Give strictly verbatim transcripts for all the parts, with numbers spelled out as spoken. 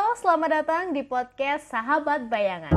selamat datang di podcast Sahabat Bayangan.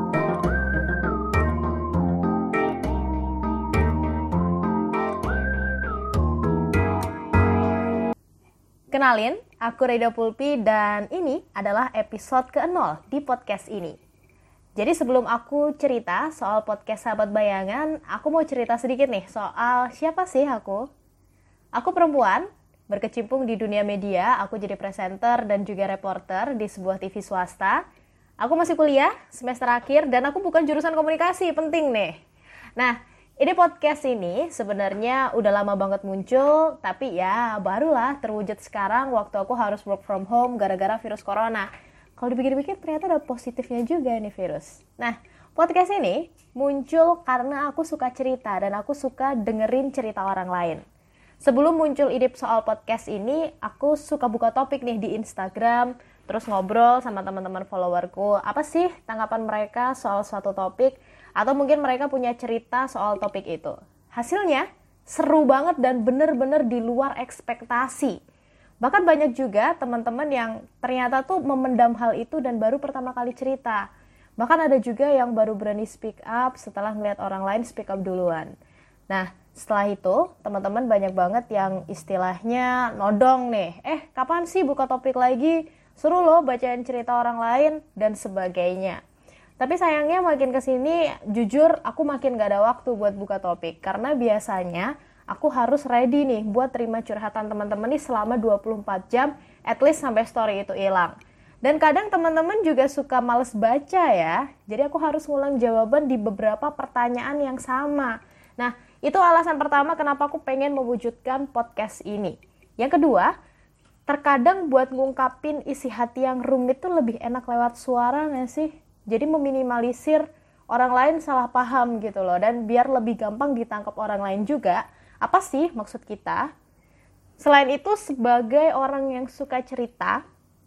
Kenalin, aku Reda Pulpi dan ini adalah episode ke nol di podcast ini. Jadi sebelum aku cerita soal podcast Sahabat Bayangan, aku mau cerita sedikit nih soal siapa sih aku. Aku perempuan, berkecimpung di dunia media, aku jadi presenter dan juga reporter di sebuah T V swasta. Aku masih kuliah, semester akhir, dan aku bukan jurusan komunikasi, penting nih. Nah, ini podcast ini sebenarnya udah lama banget muncul, tapi ya barulah terwujud sekarang waktu aku harus work from home gara-gara virus corona. Kalau dipikir-pikir ternyata ada positifnya juga nih virus. Nah, podcast ini muncul karena aku suka cerita dan aku suka dengerin cerita orang lain. Sebelum muncul ide soal podcast ini, aku suka buka topik nih di Instagram, terus ngobrol sama teman-teman followerku. Apa sih tanggapan mereka soal suatu topik, atau mungkin mereka punya cerita soal topik itu. Hasilnya seru banget dan bener-bener di luar ekspektasi. Bahkan banyak juga teman-teman yang ternyata tuh memendam hal itu dan baru pertama kali cerita. Bahkan ada juga yang baru berani speak up setelah melihat orang lain speak up duluan. Nah, setelah itu, teman-teman banyak banget yang istilahnya nodong nih. Eh, kapan sih buka topik lagi? Seru loh bacain cerita orang lain, dan sebagainya. Tapi sayangnya makin kesini, jujur aku makin gak ada waktu buat buka topik. Karena biasanya aku harus ready nih buat terima curhatan teman-teman nih selama dua puluh empat jam, at least sampai story itu hilang. Dan kadang teman-teman juga suka males baca ya. Jadi aku harus ngulang jawaban di beberapa pertanyaan yang sama. Nah, itu alasan pertama kenapa aku pengen mewujudkan podcast ini. Yang kedua, terkadang buat ngungkapin isi hati yang rumit tuh lebih enak lewat suara gak sih? Jadi meminimalisir orang lain salah paham gitu loh. Dan biar lebih gampang ditangkap orang lain juga. Apa sih maksud kita? Selain itu, sebagai orang yang suka cerita,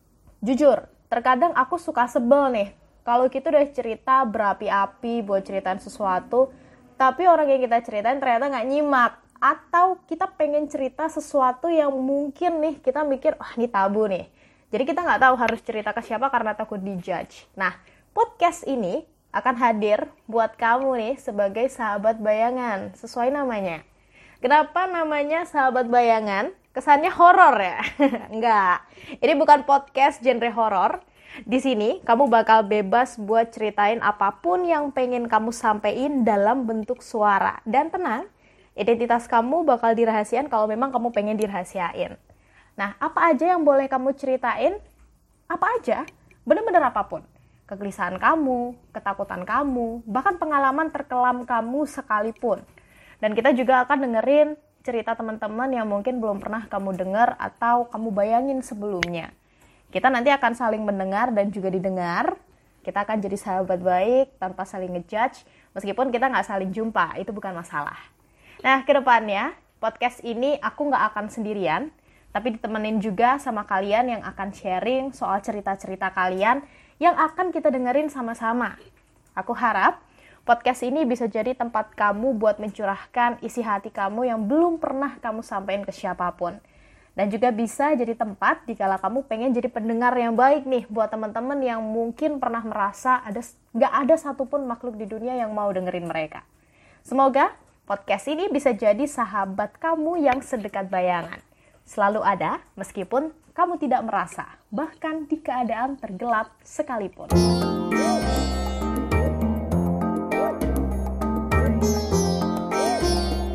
jujur, terkadang aku suka sebel nih. Kalau kita udah cerita berapi-api buat ceritain sesuatu, tapi orang yang kita ceritain ternyata gak nyimak. Atau kita pengen cerita sesuatu yang mungkin nih kita mikir, wah ini tabu nih. Jadi kita gak tahu harus cerita ke siapa karena takut dijudge. Nah, podcast ini akan hadir buat kamu nih sebagai sahabat bayangan. Sesuai namanya. Kenapa namanya sahabat bayangan? Kesannya horor ya? Enggak. Ini bukan podcast genre horor. Di sini kamu bakal bebas buat ceritain apapun yang pengen kamu sampein dalam bentuk suara. Dan tenang, identitas kamu bakal dirahasiain kalau memang kamu pengen dirahasiain. Nah, apa aja yang boleh kamu ceritain? Apa aja? Bener-bener apapun. Kegelisahan kamu, ketakutan kamu, bahkan pengalaman terkelam kamu sekalipun. Dan kita juga akan dengerin cerita teman-teman yang mungkin belum pernah kamu dengar atau kamu bayangin sebelumnya. Kita nanti akan saling mendengar dan juga didengar. Kita akan jadi sahabat baik tanpa saling ngejudge. Meskipun kita nggak saling jumpa, itu bukan masalah. Nah, ke depannya, podcast ini aku nggak akan sendirian. Tapi ditemenin juga sama kalian yang akan sharing soal cerita-cerita kalian yang akan kita dengerin sama-sama. Aku harap podcast ini bisa jadi tempat kamu buat mencurahkan isi hati kamu yang belum pernah kamu sampaikan ke siapapun. Dan juga bisa jadi tempat dikala kamu pengen jadi pendengar yang baik nih buat teman-teman yang mungkin pernah merasa ada gak ada satupun makhluk di dunia yang mau dengerin mereka. Semoga podcast ini bisa jadi sahabat kamu yang sedekat bayangan. Selalu ada meskipun kamu tidak merasa, bahkan di keadaan tergelap sekalipun.